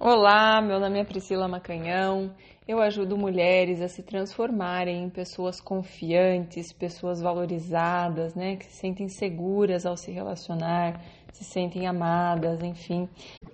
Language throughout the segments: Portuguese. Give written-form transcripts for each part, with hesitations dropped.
Olá, meu nome é Priscila Macanhão. Eu ajudo mulheres a se transformarem em pessoas confiantes, pessoas valorizadas, né, que se sentem seguras ao se relacionar, se sentem amadas, enfim.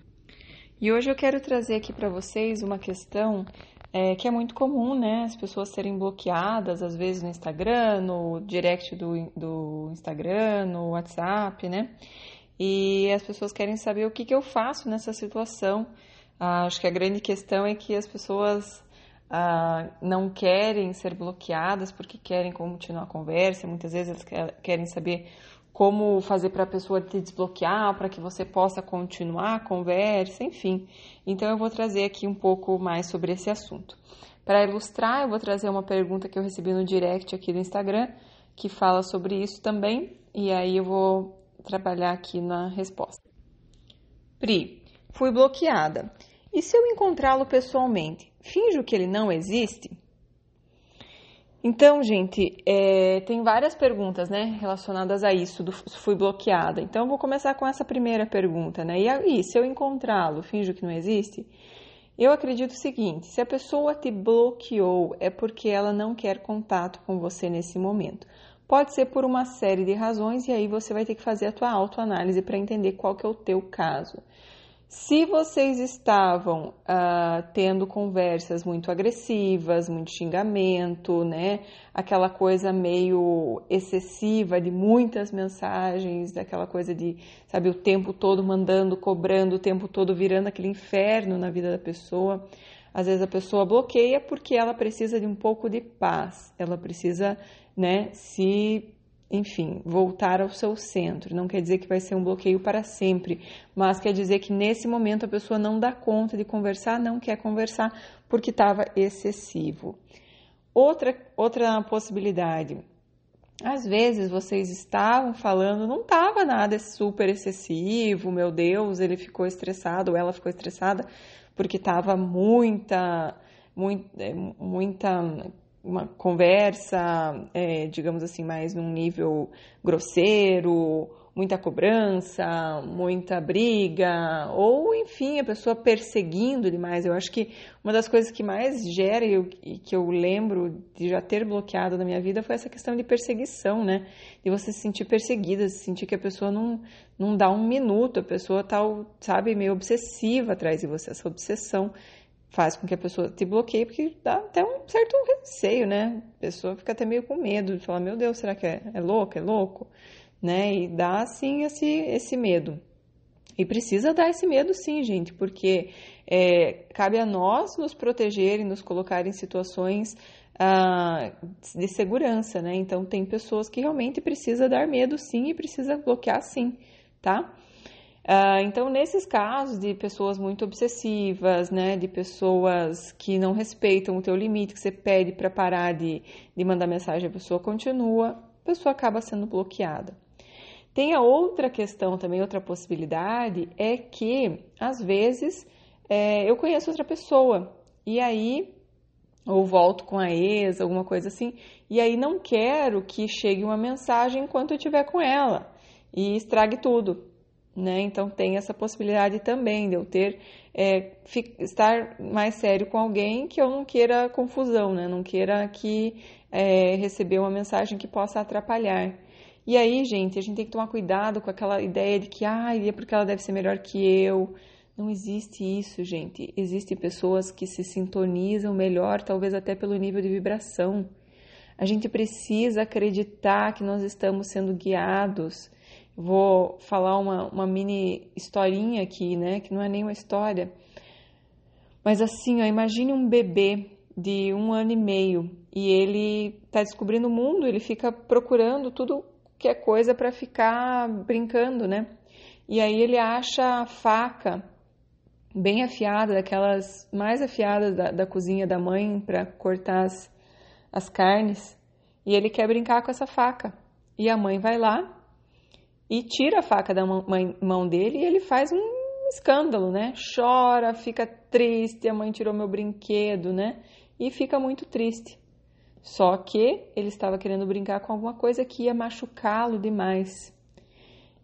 E hoje eu quero trazer aqui para vocês uma questão que é muito comum, né, as pessoas serem bloqueadas, às vezes no Instagram, no direct do Instagram, no WhatsApp, né? E as pessoas querem saber o que eu faço nessa situação. Acho que a grande questão é que as pessoas não querem ser bloqueadas porque querem continuar a conversa. Muitas vezes elas querem saber como fazer para a pessoa te desbloquear, para que você possa continuar a conversa, enfim. Então eu vou trazer aqui um pouco mais sobre esse assunto. Para ilustrar, eu vou trazer uma pergunta que eu recebi no direct aqui do Instagram, que fala sobre isso também, e aí eu vou trabalhar aqui na resposta. Pri, fui bloqueada. E se eu encontrá-lo pessoalmente, finjo que ele não existe? Então, gente, tem várias perguntas, né, relacionadas a isso, do fui bloqueada. Então, eu vou começar com essa primeira pergunta, né? E aí, se eu encontrá-lo, finjo que não existe? Eu acredito o seguinte, se a pessoa te bloqueou, é porque ela não quer contato com você nesse momento. Pode ser por uma série de razões e aí você vai ter que fazer a tua autoanálise para entender qual que é o teu caso. Se vocês estavam tendo conversas muito agressivas, muito xingamento, né? Aquela coisa meio excessiva de muitas mensagens, daquela coisa de, sabe, o tempo todo mandando, cobrando, o tempo todo virando aquele inferno na vida da pessoa. Às vezes a pessoa bloqueia porque ela precisa de um pouco de paz, ela precisa, né, enfim, voltar ao seu centro. Não quer dizer que vai ser um bloqueio para sempre, mas quer dizer que nesse momento a pessoa não dá conta de conversar, não quer conversar porque estava excessivo. Outra possibilidade. Às vezes vocês estavam falando, não estava nada super excessivo, meu Deus, ele ficou estressado ou ela ficou estressada porque estava muita uma conversa, digamos assim, mais num nível grosseiro, muita cobrança, muita briga, ou enfim, a pessoa perseguindo demais. Eu acho que uma das coisas que mais gera e que eu lembro de já ter bloqueado na minha vida foi essa questão de perseguição, né? De você se sentir perseguida, se sentir que a pessoa não dá um minuto, a pessoa tá, sabe, meio obsessiva atrás de você, essa obsessão faz com que a pessoa te bloqueie, porque dá até um certo receio, né? A pessoa fica até meio com medo de falar, meu Deus, será que é louco? É louco? Né? E dá, assim, esse medo. E precisa dar esse medo, sim, gente, porque cabe a nós nos proteger e nos colocar em situações de segurança, né? Então, tem pessoas que realmente precisa dar medo, sim, e precisa bloquear, sim, tá? Então, nesses casos de pessoas muito obsessivas, né, de pessoas que não respeitam o teu limite, que você pede para parar de mandar mensagem, a pessoa continua, a pessoa acaba sendo bloqueada. Tem a outra questão também, outra possibilidade, é que, às vezes, eu conheço outra pessoa, e aí, ou volto com a ex, alguma coisa assim, e aí não quero que chegue uma mensagem enquanto eu estiver com ela, e estrague tudo. Né? Então tem essa possibilidade também de eu estar mais sério com alguém que eu não queira confusão, né? Não queira receber uma mensagem que possa atrapalhar. E aí, gente, a gente tem que tomar cuidado com aquela ideia de que é porque ela deve ser melhor que eu. Não existe isso, gente. Existem pessoas que se sintonizam melhor, talvez até pelo nível de vibração. A gente precisa acreditar que nós estamos sendo guiados. Vou falar uma mini historinha aqui, né? Que não é nem uma história. Mas assim, ó, imagine um bebê de 1 ano e meio e ele está descobrindo o mundo, ele fica procurando tudo que é coisa para ficar brincando, né? E aí ele acha a faca bem afiada, daquelas mais afiadas da cozinha da mãe para cortar as carnes. E ele quer brincar com essa faca. E a mãe vai lá e tira a faca da mão dele e ele faz um escândalo, né? Chora, fica triste, a mãe tirou meu brinquedo, né? E fica muito triste. Só que ele estava querendo brincar com alguma coisa que ia machucá-lo demais.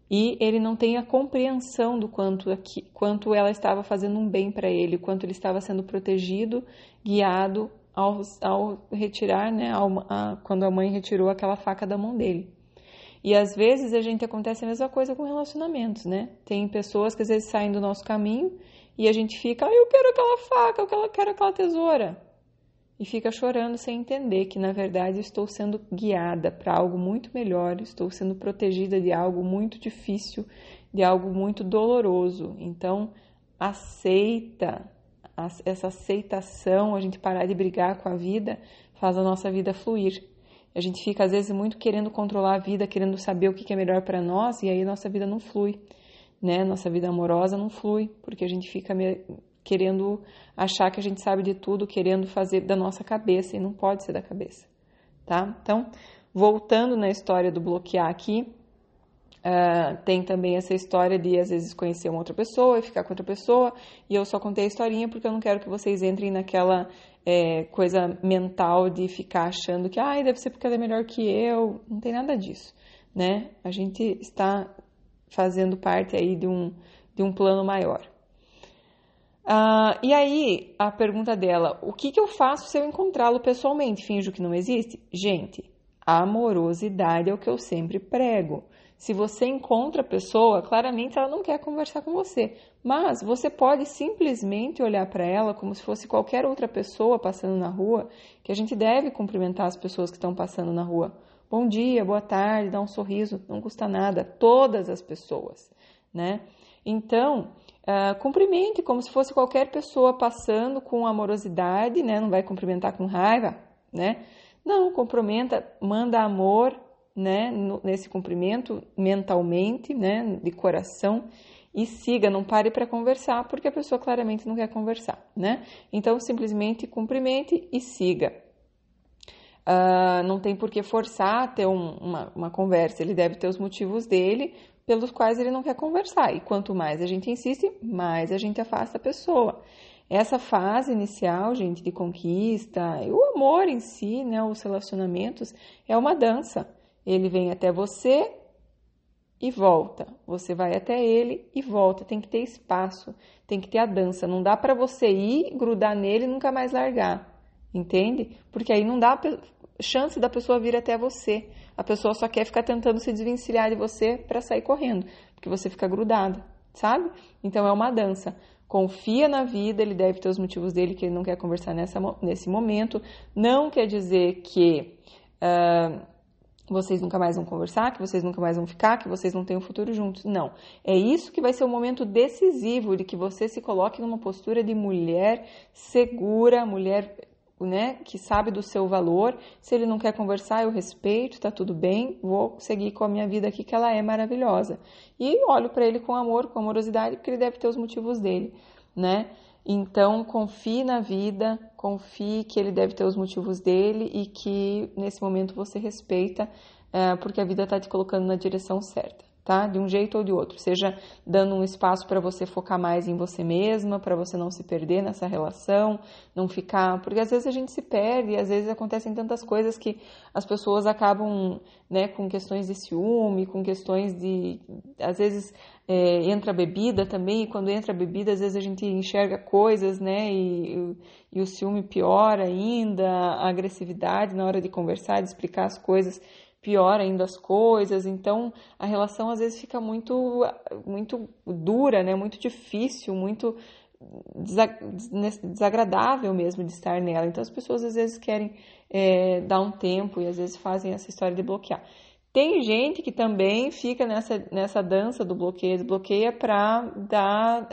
e ele não tem a compreensão do quanto ela estava fazendo um bem para ele, quanto ele estava sendo protegido, guiado ao retirar, né, quando a mãe retirou aquela faca da mão dele. E às vezes acontece a mesma coisa com relacionamentos, né? Tem pessoas que às vezes saem do nosso caminho e a gente fica, eu quero aquela faca, eu quero aquela tesoura. E fica chorando sem entender que, na verdade, estou sendo guiada para algo muito melhor, estou sendo protegida de algo muito difícil, de algo muito doloroso. Então, aceita, essa aceitação, a gente parar de brigar com a vida, faz a nossa vida fluir. A gente fica, às vezes, muito querendo controlar a vida, querendo saber o que é melhor para nós, e aí a nossa vida não flui, né? Nossa vida amorosa não flui, porque a gente fica querendo achar que a gente sabe de tudo, querendo fazer da nossa cabeça, e não pode ser da cabeça, tá? Então, voltando na história do bloquear aqui, tem também essa história de, às vezes, conhecer uma outra pessoa e ficar com outra pessoa, e eu só contei a historinha porque eu não quero que vocês entrem naquela coisa mental de ficar achando que, deve ser porque ela é melhor que eu, não tem nada disso, né? A gente está fazendo parte aí de um plano maior. E aí, a pergunta dela, o que eu faço se eu encontrá-lo pessoalmente? Finjo que não existe? Gente, a amorosidade é o que eu sempre prego. Se você encontra a pessoa, claramente ela não quer conversar com você, mas você pode simplesmente olhar para ela como se fosse qualquer outra pessoa passando na rua, que a gente deve cumprimentar as pessoas que estão passando na rua. Bom dia, boa tarde, dá um sorriso, não custa nada, todas as pessoas, né? Então, cumprimente como se fosse qualquer pessoa passando com amorosidade, né? Não vai cumprimentar com raiva, né? Não, cumprimenta, manda amor, né? Nesse cumprimento, mentalmente, né? De coração, e siga, não pare para conversar, porque a pessoa claramente não quer conversar, né? Então, simplesmente cumprimente e siga. Não tem por que forçar a ter uma conversa, ele deve ter os motivos dele, pelos quais ele não quer conversar. E quanto mais a gente insiste, mais a gente afasta a pessoa. Essa fase inicial, gente, de conquista, e o amor em si, né, os relacionamentos, é uma dança. Ele vem até você e volta. Você vai até ele e volta. Tem que ter espaço, tem que ter a dança. Não dá para você ir, grudar nele e nunca mais largar. Entende? Porque aí não dá chance da pessoa vir até você. A pessoa só quer ficar tentando se desvencilhar de você para sair correndo, porque você fica grudado, sabe? Então é uma dança. Confia na vida, ele deve ter os motivos dele que ele não quer conversar nesse momento. Não quer dizer que vocês nunca mais vão conversar, que vocês nunca mais vão ficar, que vocês não têm um futuro juntos. Não. É isso que vai ser o momento decisivo de que você se coloque numa postura de mulher segura, mulher, né, que sabe do seu valor. Se ele não quer conversar, eu respeito, tá tudo bem, vou seguir com a minha vida aqui, que ela é maravilhosa. E olho para ele com amor, com amorosidade, porque ele deve ter os motivos dele, né? Então, confie na vida, confie que ele deve ter os motivos dele e que nesse momento você respeita, porque a vida está te colocando na direção certa, tá? De um jeito ou de outro, seja dando um espaço para você focar mais em você mesma, para você não se perder nessa relação, não ficar... Porque às vezes a gente se perde e às vezes acontecem tantas coisas que as pessoas acabam, né, com questões de ciúme, com questões de... Às vezes entra a bebida também, e quando entra a bebida, às vezes a gente enxerga coisas, né, e o ciúme piora ainda, a agressividade na hora de conversar, de explicar as coisas, piora ainda as coisas. Então a relação às vezes fica muito dura, né? Muito difícil, muito desagradável mesmo de estar nela. Então as pessoas às vezes querem dar um tempo e às vezes fazem essa história de bloquear. Tem gente que também fica nessa dança do bloqueio, desbloqueia para dar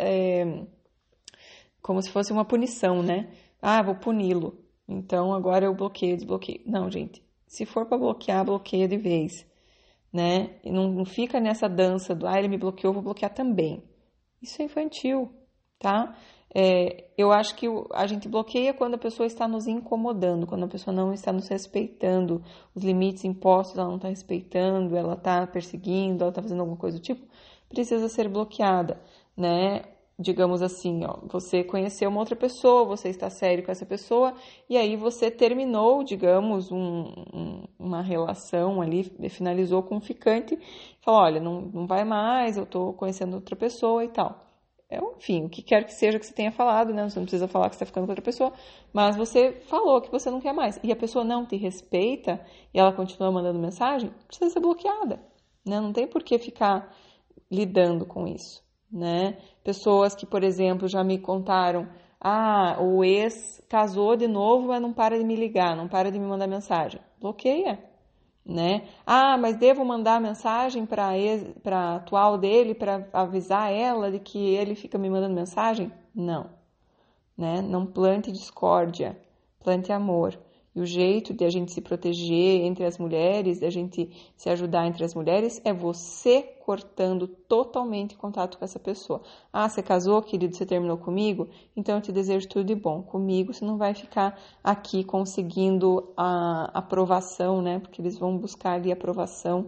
como se fosse uma punição, né? Vou puni-lo, então agora eu bloqueio, desbloqueio. Não, gente. Se for para bloquear, bloqueia de vez, né? E não fica nessa dança do, ele me bloqueou, vou bloquear também. Isso é infantil, tá? Eu acho que a gente bloqueia quando a pessoa está nos incomodando, quando a pessoa não está nos respeitando, os limites impostos ela não está respeitando, ela está perseguindo, ela está fazendo alguma coisa do tipo, precisa ser bloqueada, né? digamos assim, ó, você conheceu uma outra pessoa, você está sério com essa pessoa, e aí você terminou, digamos, uma relação ali, finalizou com um ficante, falou, olha, não vai mais, eu tô conhecendo outra pessoa e tal. Enfim, o que quer que seja que você tenha falado, né? Você não precisa falar que você está ficando com outra pessoa, mas você falou que você não quer mais, e a pessoa não te respeita, e ela continua mandando mensagem, precisa ser bloqueada, né? Não tem por que ficar lidando com isso, né? Pessoas que, por exemplo, já me contaram, o ex casou de novo, mas não para de me ligar, não para de me mandar mensagem. Bloqueia, né? Mas devo mandar mensagem para atual dele para avisar ela de que ele fica me mandando mensagem? Não, né? Não plante discórdia, plante amor. E o jeito de a gente se proteger entre as mulheres, de a gente se ajudar entre as mulheres, é você cortando totalmente contato com essa pessoa. Você casou, querido, você terminou comigo? Então eu te desejo tudo de bom. Comigo você não vai ficar aqui conseguindo a aprovação, né? Porque eles vão buscar ali a aprovação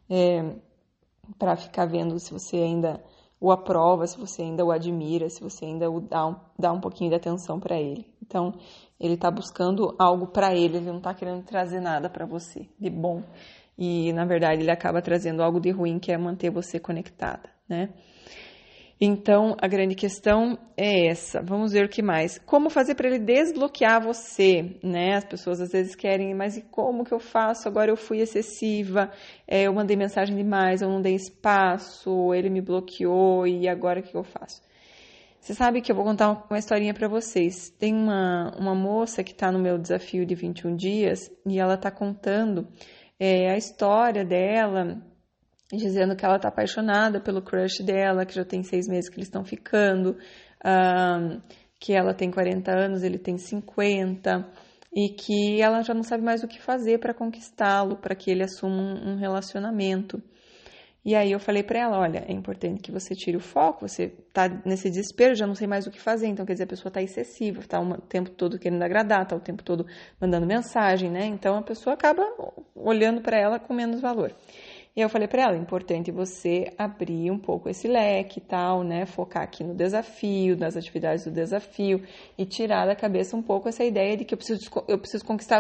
para ficar vendo se você ainda o aprova, se você ainda o admira, se você ainda dá um pouquinho de atenção para ele. Então, ele está buscando algo para ele não está querendo trazer nada para você de bom. E, na verdade, ele acaba trazendo algo de ruim, que é manter você conectada, né? Então, a grande questão é essa. Vamos ver o que mais. Como fazer para ele desbloquear você, né? As pessoas às vezes querem, mas e como que eu faço? Agora eu fui excessiva, eu mandei mensagem demais, eu não dei espaço, ele me bloqueou e agora o que eu faço? Você sabe que eu vou contar uma historinha para vocês. Tem uma moça que está no meu desafio de 21 dias e ela está contando a história dela, dizendo que ela está apaixonada pelo crush dela, que já tem 6 meses que eles estão ficando, que ela tem 40 anos, ele tem 50, e que ela já não sabe mais o que fazer para conquistá-lo, para que ele assuma um relacionamento. E aí eu falei para ela, olha, é importante que você tire o foco, você tá nesse desespero, já não sei mais o que fazer, então quer dizer, a pessoa tá excessiva, tá o tempo todo querendo agradar, tá o tempo todo mandando mensagem, né? Então a pessoa acaba olhando para ela com menos valor. E eu falei para ela, é importante você abrir um pouco esse leque e tal, né? Focar aqui no desafio, nas atividades do desafio e tirar da cabeça um pouco essa ideia de que eu preciso conquistar,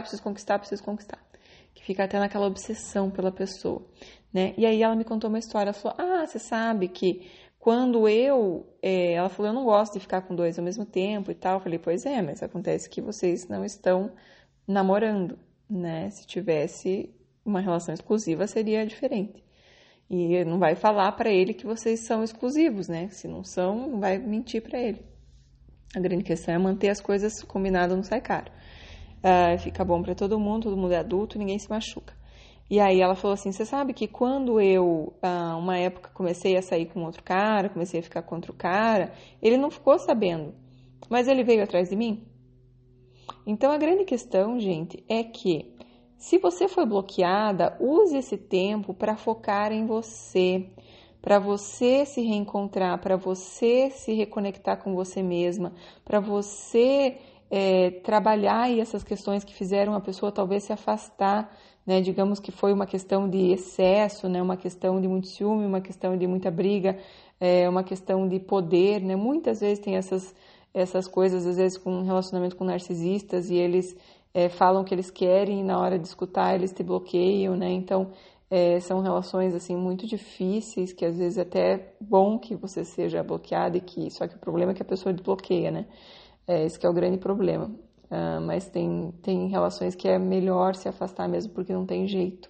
que fica até naquela obsessão pela pessoa, né? E aí ela me contou uma história, ela falou, você sabe que quando ela falou, eu não gosto de ficar com 2 ao mesmo tempo e tal. Eu falei, pois é, mas acontece que vocês não estão namorando, né? Se tivesse uma relação exclusiva, seria diferente. E não vai falar para ele que vocês são exclusivos, né? Se não são, não vai mentir para ele. A grande questão é manter as coisas combinadas, não sai caro. Fica bom para todo mundo é adulto, ninguém se machuca. E aí ela falou assim, você sabe que quando eu, uma época, comecei a sair com outro cara, comecei a ficar com outro cara, ele não ficou sabendo, mas ele veio atrás de mim? Então a grande questão, gente, é que se você foi bloqueada, use esse tempo para focar em você, para você se reencontrar, para você se reconectar com você mesma, para você trabalhar aí essas questões que fizeram a pessoa talvez se afastar, né? Digamos que foi uma questão de excesso, né? Uma questão de muito ciúme, uma questão de muita briga, uma questão de poder, né? Muitas vezes tem essas coisas, às vezes com um relacionamento com narcisistas, e eles falam o que eles querem e na hora de escutar eles te bloqueiam, né? Então, são relações assim muito difíceis, que às vezes até é bom que você seja bloqueado, só que o problema é que a pessoa desbloqueia, né? Esse que é o grande problema. Mas tem relações que é melhor se afastar mesmo, porque não tem jeito,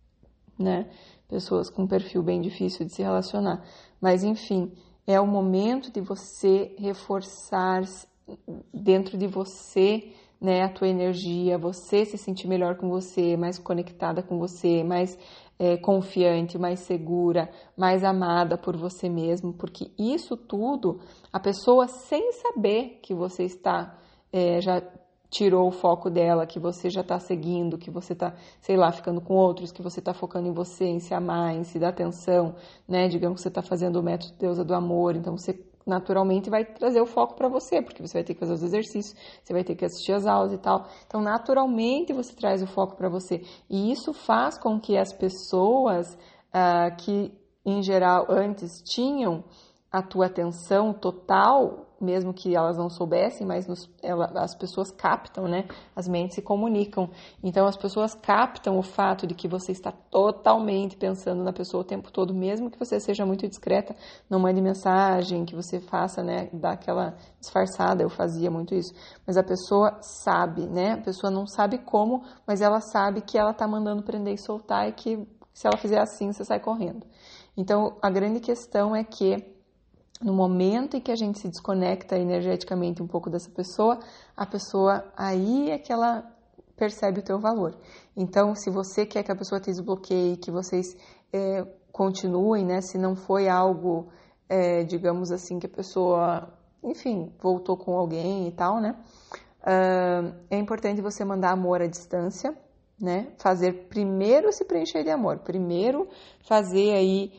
né? Pessoas com um perfil bem difícil de se relacionar. Mas, enfim, é o momento de você reforçar dentro de você, né, a tua energia, você se sentir melhor com você, mais conectada com você, mais confiante, mais segura, mais amada por você mesmo, porque isso tudo, a pessoa sem saber que você está, já tirou o foco dela, que você já está seguindo, que você está, sei lá, ficando com outros, que você está focando em você, em se amar, em se dar atenção, né? Digamos que você está fazendo o método Deusa do Amor, então você naturalmente vai trazer o foco para você, porque você vai ter que fazer os exercícios, você vai ter que assistir as aulas e tal. Então, naturalmente, você traz o foco para você. E isso faz com que as pessoas que, em geral, antes tinham a tua atenção total, mesmo que elas não soubessem, mas as pessoas captam, né? As mentes se comunicam. Então, as pessoas captam o fato de que você está totalmente pensando na pessoa o tempo todo, mesmo que você seja muito discreta, não mande mensagem, que você faça, né? Daquela disfarçada, eu fazia muito isso. Mas a pessoa sabe, né? A pessoa não sabe como, mas ela sabe que ela está mandando prender e soltar e que se ela fizer assim, você sai correndo. Então, a grande questão é que no momento em que a gente se desconecta energeticamente um pouco dessa pessoa, a pessoa aí é que ela percebe o teu valor. Então, se você quer que a pessoa te desbloqueie, que vocês continuem, né? Se não foi algo, digamos assim, que a pessoa, enfim, voltou com alguém e tal, né? É importante você mandar amor à distância, né? Fazer primeiro se preencher de amor, primeiro fazer aí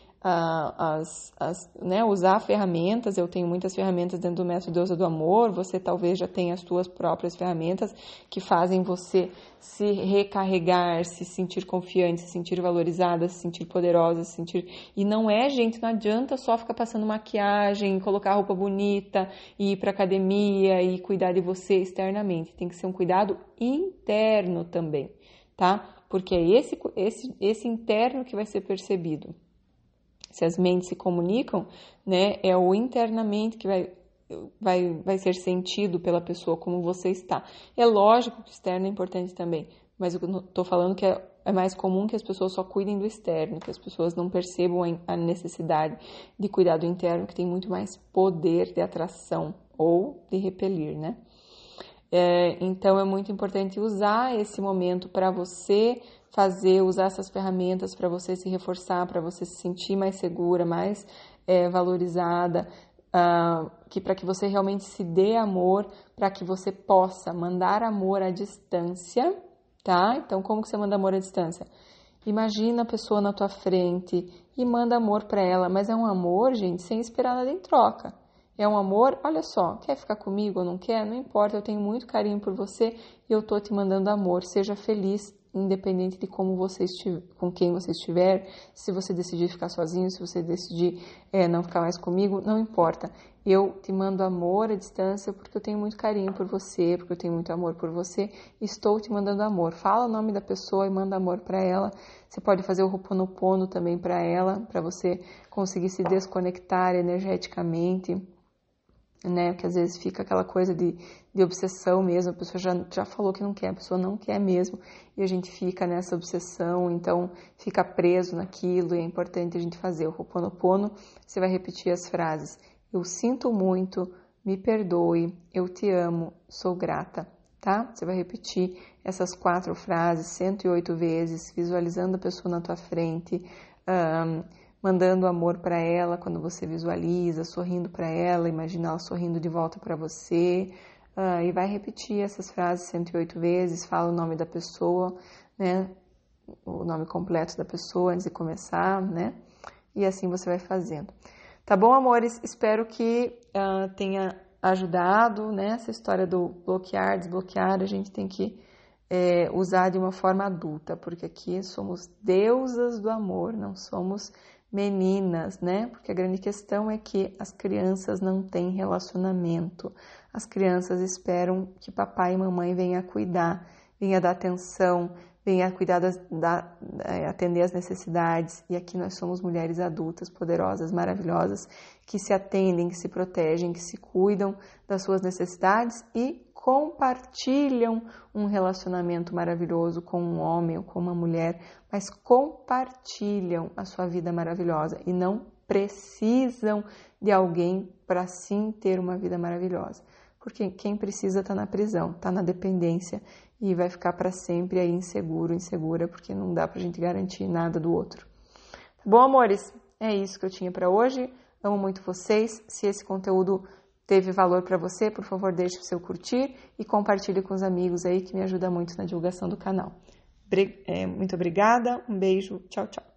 né, usar ferramentas. Eu tenho muitas ferramentas dentro do Método Deusa do Amor, você talvez já tenha as suas próprias ferramentas que fazem você se recarregar, se sentir confiante, se sentir valorizada, se sentir poderosa, se sentir... E não gente, não adianta só ficar passando maquiagem, colocar roupa bonita, ir para academia e cuidar de você externamente, tem que ser um cuidado interno também, tá? Porque é esse interno que vai ser percebido. Se as mentes se comunicam, né, é o internamente que vai ser sentido pela pessoa como você está. É lógico que o externo é importante também, mas eu estou falando que é mais comum que as pessoas só cuidem do externo, que as pessoas não percebam a necessidade de cuidar do interno, que tem muito mais poder de atração ou de repelir, né? Então é muito importante usar esse momento para você usar essas ferramentas para você se reforçar, para você se sentir mais segura, mais valorizada, para que você realmente se dê amor, para que você possa mandar amor à distância, tá? Então, como que você manda amor à distância? Imagina a pessoa na tua frente e manda amor para ela, mas é um amor, gente, sem esperar nada em troca. É um amor, olha só, quer ficar comigo ou não quer? Não importa, eu tenho muito carinho por você e eu tô te mandando amor. Seja feliz, independente de como você estiver, com quem você estiver. Se você decidir ficar sozinho, se você decidir não ficar mais comigo, não importa. Eu te mando amor à distância porque eu tenho muito carinho por você, porque eu tenho muito amor por você. Estou te mandando amor. Fala o nome da pessoa e manda amor para ela. Você pode fazer o Ho'oponopono também para ela, para você conseguir se desconectar energeticamente, né? Porque às vezes fica aquela coisa de obsessão mesmo, a pessoa já falou que não quer, a pessoa não quer mesmo, e a gente fica nessa obsessão, então fica preso naquilo, e é importante a gente fazer o Ho'oponopono. Você vai repetir as frases: eu sinto muito, me perdoe, eu te amo, sou grata, tá? Você vai repetir essas 4 frases 108 vezes, visualizando a pessoa na tua frente, mandando amor para ela quando você visualiza, sorrindo para ela, imagina ela sorrindo de volta para você, e vai repetir essas frases 108 vezes, fala o nome da pessoa, né, o nome completo da pessoa antes de começar, né, e assim você vai fazendo. Tá bom, amores? Espero que tenha ajudado, né, essa história do bloquear, desbloquear, a gente tem que usar de uma forma adulta, porque aqui somos deusas do amor, não somos meninas, né? Porque a grande questão é que as crianças não têm relacionamento. As crianças esperam que papai e mamãe venha cuidar, venha dar atenção, venha cuidar atender as necessidades. E aqui nós somos mulheres adultas, poderosas, maravilhosas, que se atendem, que se protegem, que se cuidam das suas necessidades e compartilham um relacionamento maravilhoso com um homem ou com uma mulher, mas compartilham a sua vida maravilhosa e não precisam de alguém para sim ter uma vida maravilhosa. Porque quem precisa está na prisão, está na dependência e vai ficar para sempre aí insegura, porque não dá para a gente garantir nada do outro. Tá bom, amores? É isso que eu tinha para hoje. Amo muito vocês. Se esse conteúdo teve valor para você, por favor, deixe o seu curtir e compartilhe com os amigos aí, que me ajuda muito na divulgação do canal. Muito obrigada, um beijo, tchau, tchau.